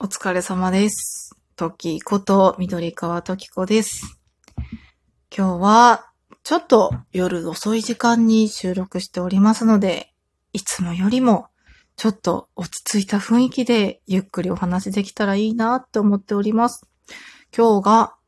お疲れ様です。トキこと緑川トキコです。今日はちょっと夜遅い時間に収録しておりますので、いつもよりもちょっと落ち着いた雰囲気でゆっくりお話できたらいいなって思っております。今日が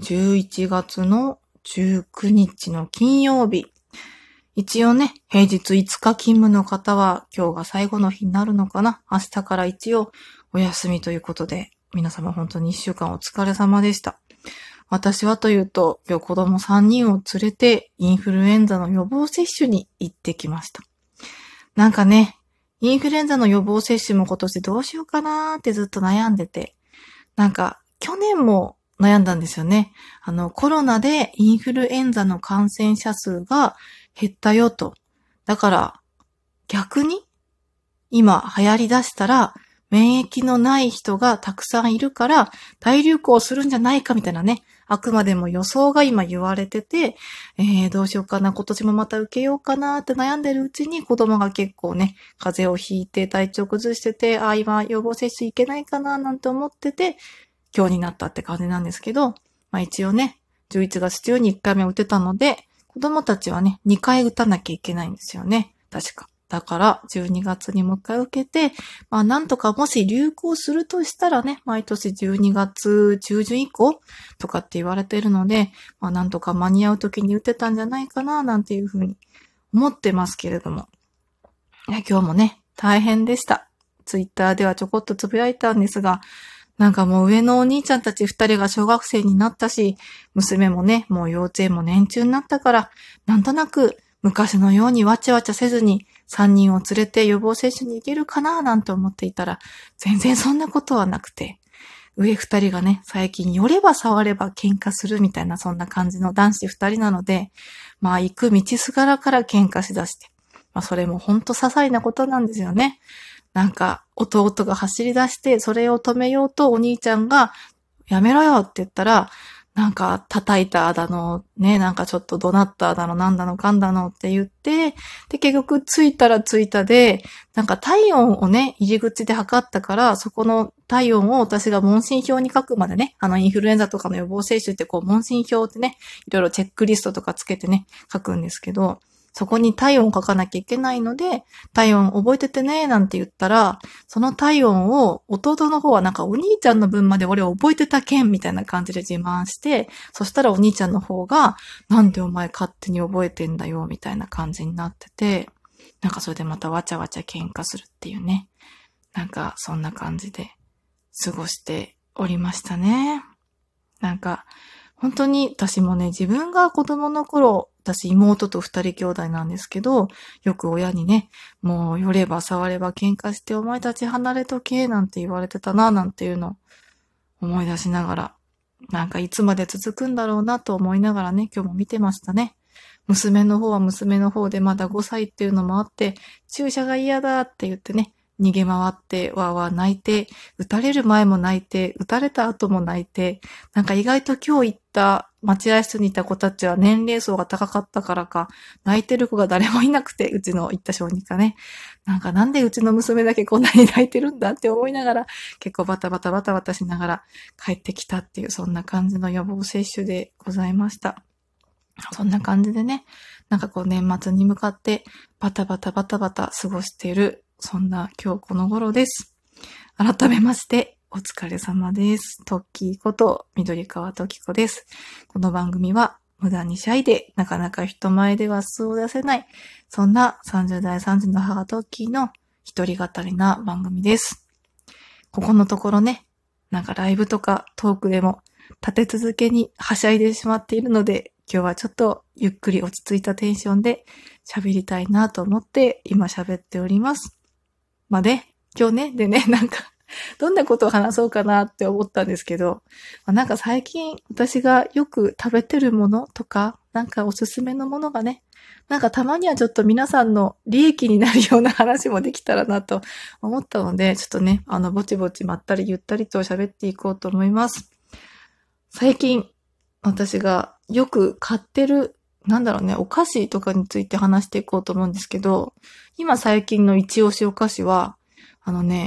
11月の19日の金曜日。一応ね、平日5日勤務の方は今日が最後の日になるのかな。明日から一応お休みということで、皆様本当に1週間お疲れ様でした。私はというと、今日子供3人を連れてインフルエンザの予防接種に行ってきました。なんかね、インフルエンザの予防接種も今年どうしようかなーってずっと悩んでて、なんか去年も悩んだんですよね。コロナでインフルエンザの感染者数が減ったよと。だから逆に今流行り出したら免疫のない人がたくさんいるから大流行するんじゃないかみたいなね。あくまでも予想が今言われてて、どうしようかな、今年もまた受けようかなって悩んでるうちに子供が結構ね、風邪をひいて体調崩してて、今予防接種いけないかななんて思ってて、今日になったって感じなんですけど、一応ね、11月中に1回目打てたので、子供たちはね、2回打たなきゃいけないんですよね。確か。だから、12月にもう一回受けて、なんとかもし流行するとしたらね、毎年12月中旬以降とかって言われているので、なんとか間に合う時に打てたんじゃないかな、なんていうふうに思ってますけれども。今日もね、大変でした。ツイッターではちょこっとつぶやいたんですが、なんかもう上のお兄ちゃんたち2人が小学生になったし、娘もね、もう幼稚園も年中になったから、なんとなく昔のようにわちゃわちゃせずに3人を連れて予防接種に行けるかななんて思っていたら、全然そんなことはなくて、上2人がね、最近寄れば触れば喧嘩するみたいなそんな感じの男子2人なので、行く道すがらから喧嘩しだして、それもほんと些細なことなんですよね。なんか、弟が走り出して、それを止めようとお兄ちゃんが、やめろよって言ったら、なんか、叩いただの、ね、なんかちょっと怒鳴っただの、なんだのかんだのって言って、で、結局、着いたら着いたで、なんか体温をね、入り口で測ったから、そこの体温を私が問診票に書くまでね、インフルエンザとかの予防接種って問診票ってね、いろいろチェックリストとかつけてね、書くんですけど、そこに体温を書かなきゃいけないので、体温覚えててね、なんて言ったら、その体温を弟の方はなんかお兄ちゃんの分まで俺覚えてたけんみたいな感じで自慢して、そしたらお兄ちゃんの方が、なんでお前勝手に覚えてんだよ、みたいな感じになってて、なんかそれでまたわちゃわちゃ喧嘩するっていうね。なんかそんな感じで過ごしておりましたね。なんか、本当に私もね、自分が子供の頃、私妹と2人兄弟なんですけど、よく親にね、もう寄れば触れば喧嘩してお前たち離れとけなんて言われてたな、なんていうのを思い出しながら、なんかいつまで続くんだろうなと思いながらね、今日も見てましたね。娘の方は娘の方でまだ5歳っていうのもあって、注射が嫌だって言ってね、逃げ回って、わーわー泣いて、撃たれる前も泣いて、撃たれた後も泣いて、なんか意外と今日行った待合室にいた子たちは年齢層が高かったからか、泣いてる子が誰もいなくて、うちの行った小児科ね。なんでうちの娘だけこんなに泣いてるんだって思いながら、結構バタバタバタバタしながら帰ってきたっていう、そんな感じの予防接種でございました。そんな感じでね、なんか年末に向かってバタバタバタバタ過ごしている、そんな今日この頃です。改めまして、お疲れ様です。トッキーこと緑川トキコです。この番組は無駄にシャイでなかなか人前では素を出せない、そんな30代3時の母トッキーの一人語りな番組です。ここのところね、なんかライブとかトークでも立て続けにはしゃいでしまっているので、今日はちょっとゆっくり落ち着いたテンションで喋りたいなと思って今喋っております。今日ね、なんかどんなことを話そうかなって思ったんですけど、なんか最近私がよく食べてるものとか、なんかおすすめのものがね、なんかたまにはちょっと皆さんの利益になるような話もできたらなと思ったので、ちょっとね、ぼちぼちまったりゆったりと喋っていこうと思います。最近、私がよく買ってる、お菓子とかについて話していこうと思うんですけど、今最近の一押しお菓子は、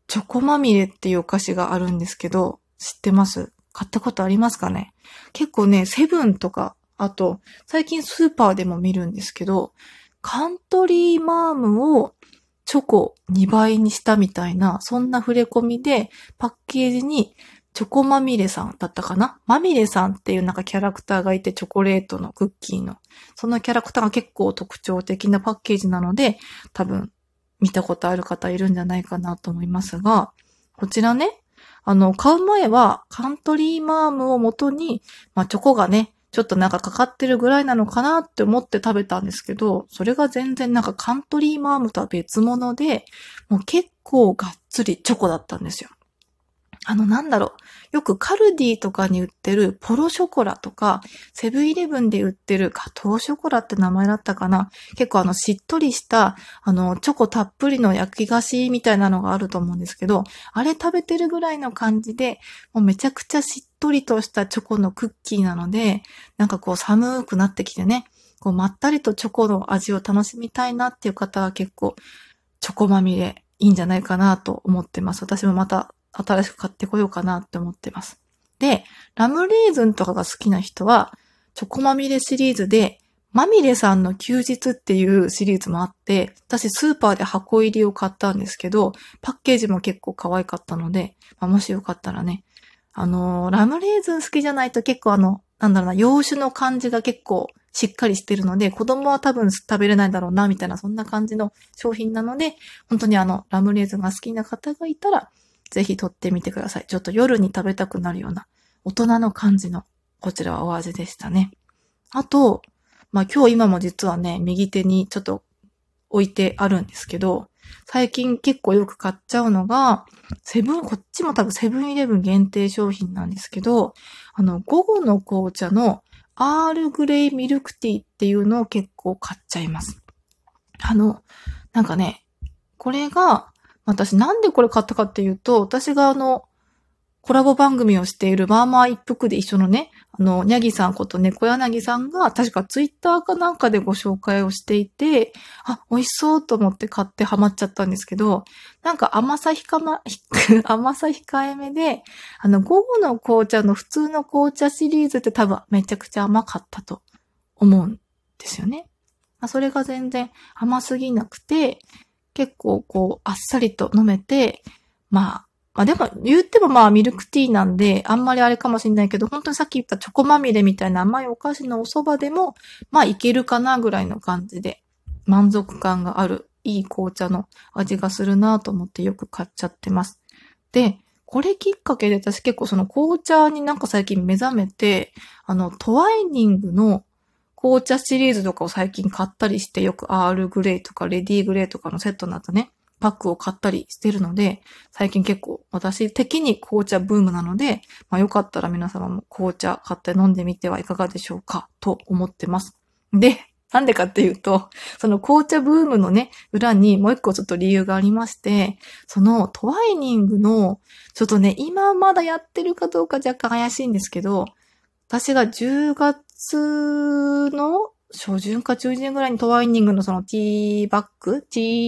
チョコまみれっていうお菓子があるんですけど、知ってます？買ったことありますかね？結構ね、セブンとか、あと、最近スーパーでも見るんですけど、カントリーマームをチョコ2倍にしたみたいな、そんな触れ込みで、パッケージにチョコまみれさんだったかな？まみれさんっていうなんかキャラクターがいて、チョコレートのクッキーの。そのキャラクターが結構特徴的なパッケージなので、多分見たことある方いるんじゃないかなと思いますが、こちらね、買う前はカントリーマームを元に、チョコがね、ちょっとなんかかかってるぐらいなのかなって思って食べたんですけど、それが全然なんかカントリーマームとは別物で、もう結構がっつりチョコだったんですよ。なんだろう。よくカルディとかに売ってるポロショコラとか、セブンイレブンで売ってるガトーショコラって名前だったかな。結構しっとりした、チョコたっぷりの焼き菓子みたいなのがあると思うんですけど、あれ食べてるぐらいの感じで、もうめちゃくちゃしっとりとしたチョコのクッキーなので、なんかこう寒くなってきてね、こうまったりとチョコの味を楽しみたいなっていう方は結構、チョコまみれいいんじゃないかなと思ってます。私もまた新しく買ってこようかなって思ってます。で、ラムレーズンとかが好きな人は、チョコまみれシリーズで、まみれさんの休日っていうシリーズもあって、私スーパーで箱入りを買ったんですけど、パッケージも結構可愛かったので、もしよかったらね、ラムレーズン好きじゃないと結構なんだろうな、洋酒の感じが結構しっかりしてるので、子供は多分食べれないだろうな、みたいな、そんな感じの商品なので、本当にラムレーズンが好きな方がいたら、ぜひ取ってみてください。ちょっと夜に食べたくなるような、大人の感じの、こちらはお味でしたね。あと、今日今も実はね、右手にちょっと置いてあるんですけど、最近結構よく買っちゃうのが、こっちも多分セブンイレブン限定商品なんですけど、午後の紅茶のアールグレイミルクティーっていうのを結構買っちゃいます。なんかね、これが、私なんでこれ買ったかっていうと、私がコラボ番組をしているマーマー一服で一緒のね、にゃぎさんこと猫柳さんが、確かツイッターかなんかでご紹介をしていて、美味しそうと思って買ってハマっちゃったんですけど、なんか甘さ控えめで、午後の紅茶の普通の紅茶シリーズって多分めちゃくちゃ甘かったと思うんですよね。それが全然甘すぎなくて、結構こう、あっさりと飲めて、でも言ってもミルクティーなんで、あんまりあれかもしれないけど、本当にさっき言ったチョコまみれみたいな甘いお菓子のお蕎麦でも、いけるかなぐらいの感じで、満足感がある、いい紅茶の味がするなと思ってよく買っちゃってます。で、これきっかけで私結構その紅茶になんか最近目覚めて、トワイニングの紅茶シリーズとかを最近買ったりして、よくアールグレイとかレディーグレイとかのセットになったね、パックを買ったりしてるので、最近結構私的に紅茶ブームなので、よかったら皆様も紅茶買って飲んでみてはいかがでしょうかと思ってます。で、なんでかっていうと、その紅茶ブームのね、裏にもう一個ちょっと理由がありまして、そのトワイニングの、ちょっとね、今まだやってるかどうか若干怪しいんですけど、私が10月の初旬か中旬ぐらいにトワイニングのそのティーパック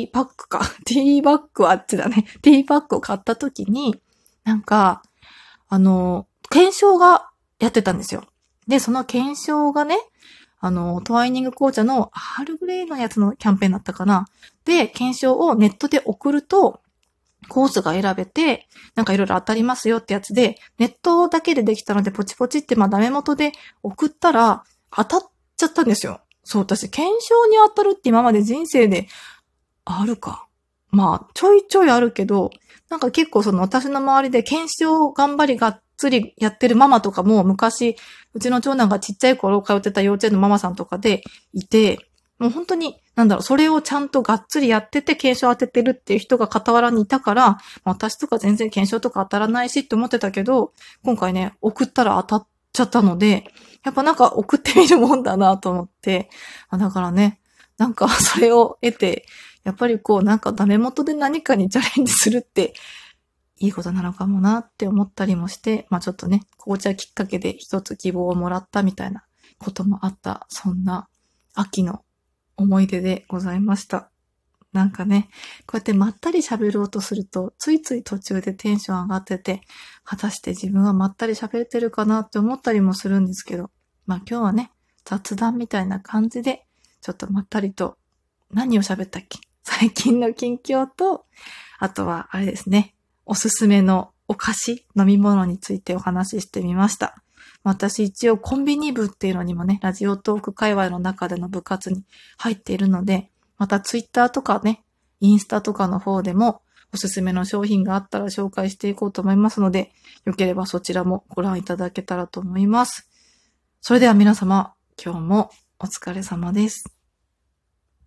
はあっちだね。ティーパックを買った時に、なんか、検証がやってたんですよ。で、その検証がね、トワイニング紅茶のアールグレイのやつのキャンペーンだったかな。で、検証をネットで送ると、コースが選べて、なんかいろいろ当たりますよってやつで、ネットだけでできたのでポチポチってダメ元で送ったら当たっちゃったんですよ。そう、私、検証に当たるって今まで人生であるか。ちょいちょいあるけど、なんか結構その私の周りで検証頑張りがっつりやってるママとかも昔、うちの長男がちっちゃい頃通ってた幼稚園のママさんとかでいて、もう本当に、それをちゃんとがっつりやってて検証当ててるっていう人が傍らにいたから、私とか全然検証とか当たらないしって思ってたけど、今回ね、送ったら当たっちゃったので、やっぱなんか送ってみるもんだなと思って、だからね、なんかそれを得て、やっぱりこうなんかダメ元で何かにチャレンジするっていいことなのかもなって思ったりもして、ちょっとね、紅茶きっかけで一つ希望をもらったみたいなこともあった、そんな秋の思い出でございました。 なんかね、こうやってまったり喋ろうとすると、ついつい途中でテンション上がってて、果たして自分はまったり喋れてるかなって思ったりもするんですけど、まあ今日はね、雑談みたいな感じで、ちょっとまったりと、何を喋ったっけ？最近の近況と、あとはあれですね、おすすめのお菓子、飲み物についてお話ししてみました。私一応コンビニ部っていうのにもね、ラジオトーク界隈の中での部活に入っているので、またツイッターとかね、インスタとかの方でもおすすめの商品があったら紹介していこうと思いますので、よければそちらもご覧いただけたらと思います。それでは皆様、今日もお疲れ様です。